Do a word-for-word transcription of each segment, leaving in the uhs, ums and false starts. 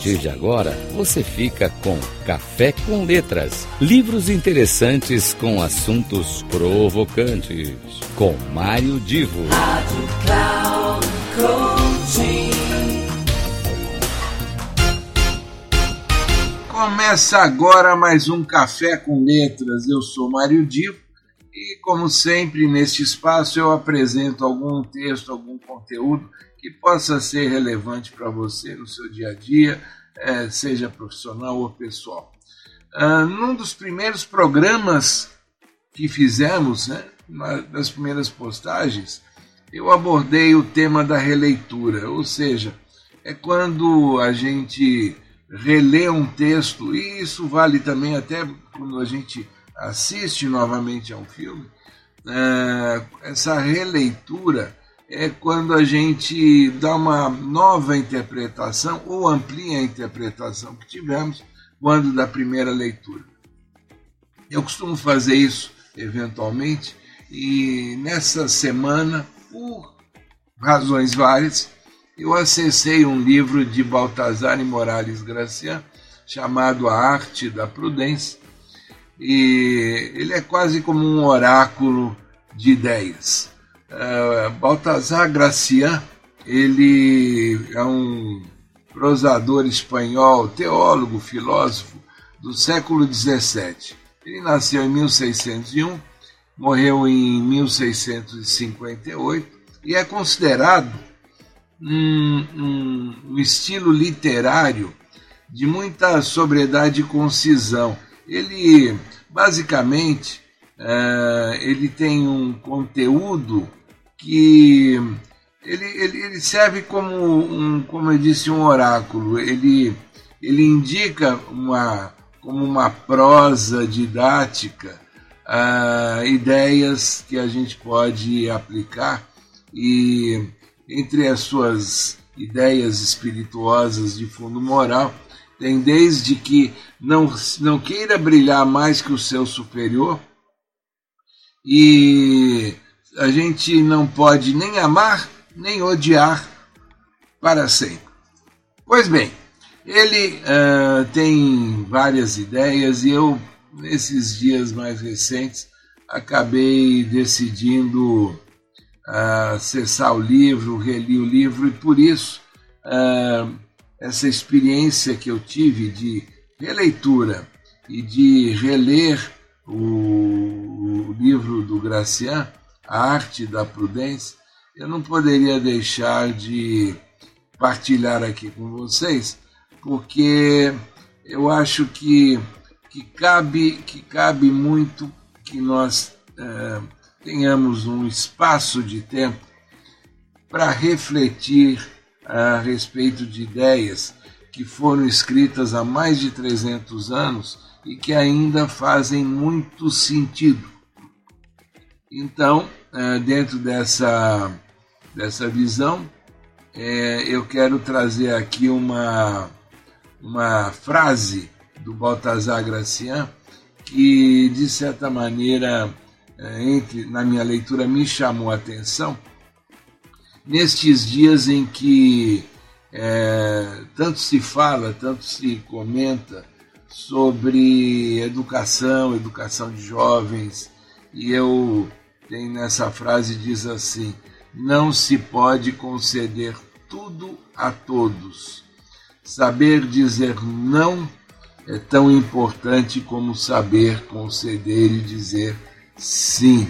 partir de agora, você fica com Café com Letras. Livros interessantes com assuntos provocantes. Com Mário Divo. Rádio Cloud Coaching. Começa agora mais um Café com Letras. Eu sou Mário Divo e, como sempre, neste espaço eu apresento algum texto, algum conteúdo que possa ser relevante para você no seu dia a dia, é, seja profissional ou pessoal. Ah, num dos primeiros programas que fizemos, né, uma das primeiras postagens, eu abordei o tema da releitura, ou seja, é quando a gente relê um texto, e isso vale também até quando a gente assiste novamente a um filme, é, essa releitura é quando a gente dá uma nova interpretação ou amplia a interpretação que tivemos quando da primeira leitura. Eu costumo fazer isso eventualmente e nessa semana, por razões várias, eu acessei um livro de Baltazar e Morales Gracián chamado A Arte da Prudência e ele é quase como um oráculo de ideias. Uh, Baltazar Gracián, ele é um prosador espanhol, teólogo, filósofo do século dezessete. Ele nasceu em mil seiscentos e um, morreu em mil seiscentos e cinquenta e oito e é considerado um, um, um estilo literário de muita sobriedade e concisão. Ele, basicamente, uh, ele tem um conteúdo que ele, ele, ele serve como, um, como eu disse, um oráculo. Ele, ele indica uma, como uma prosa didática uh, ideias que a gente pode aplicar e entre as suas ideias espirituosas de fundo moral, tem desde que não, não queira brilhar mais que o seu superior e a gente não pode nem amar, nem odiar para sempre. Pois bem, ele uh, tem várias ideias e eu, nesses dias mais recentes, acabei decidindo uh, acessar o livro, reli o livro e por isso uh, essa experiência que eu tive de releitura e de reler o, o livro do Gracián, A Arte da Prudência, eu não poderia deixar de partilhar aqui com vocês, porque eu acho que, que, cabe, que cabe muito que nós eh, tenhamos um espaço de tempo para refletir a respeito de ideias que foram escritas há mais de trezentos anos e que ainda fazem muito sentido. Então, dentro dessa, dessa visão, eu quero trazer aqui uma, uma frase do Baltazar Gracián que, de certa maneira, entre, na minha leitura, me chamou a atenção, nestes dias em que é, tanto se fala, tanto se comenta sobre educação, educação de jovens, e eu tenho nessa frase, diz assim, não se pode conceder tudo a todos. Saber dizer não é tão importante como saber conceder e dizer sim.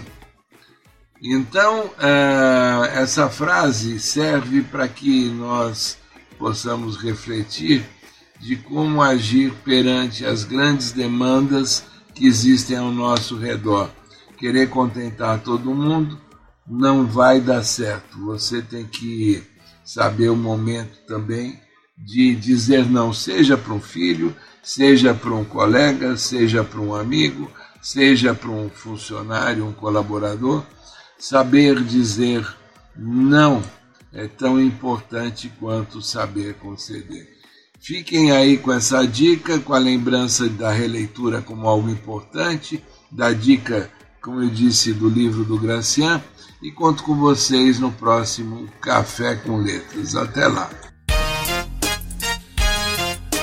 Então, essa frase serve para que nós possamos refletir de como agir perante as grandes demandas que existem ao nosso redor. Querer contentar todo mundo não vai dar certo. Você tem que saber o momento também de dizer não, seja para um filho, seja para um colega, seja para um amigo, seja para um funcionário, um colaborador. Saber dizer não é tão importante quanto saber conceder. Fiquem aí com essa dica, com a lembrança da releitura como algo importante, da dica, como eu disse, do livro do Gracián, e conto com vocês no próximo Café com Letras. Até lá!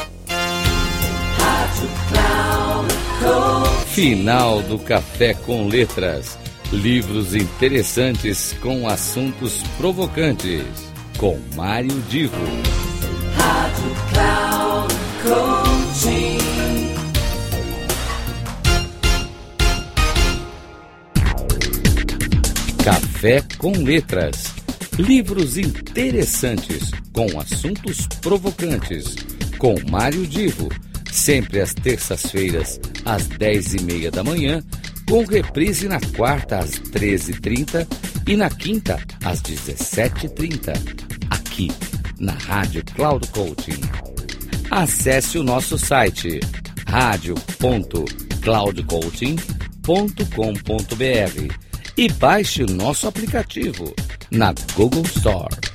Final do Café com Letras. Livros interessantes com assuntos provocantes. Com Mário Divo. Rádio Cloud Coaching. Café com Letras. Livros interessantes com assuntos provocantes. Com Mário Divo. Sempre às terças-feiras, às dez e meia da manhã, com reprise na quarta às treze e trinta e na quinta às dezessete e trinta, aqui na Rádio Cloud Coaching. Acesse o nosso site rádio ponto cloud coaching ponto com ponto br e baixe o nosso aplicativo na Google Store.